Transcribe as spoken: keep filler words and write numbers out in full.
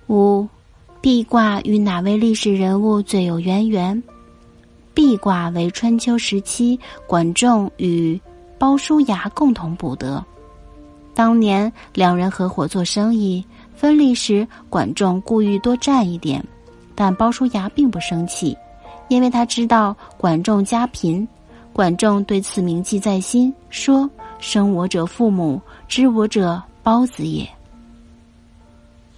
五、壁卦与哪位历史人物最有渊源？壁卦为春秋时期管仲与鲍叔牙共同卜得。当年两人合伙做生意，分利时管仲故意多占一点，但鲍叔牙并不生气，因为他知道管仲家贫。管仲对此铭记在心，说：生我者父母，知我者包子也。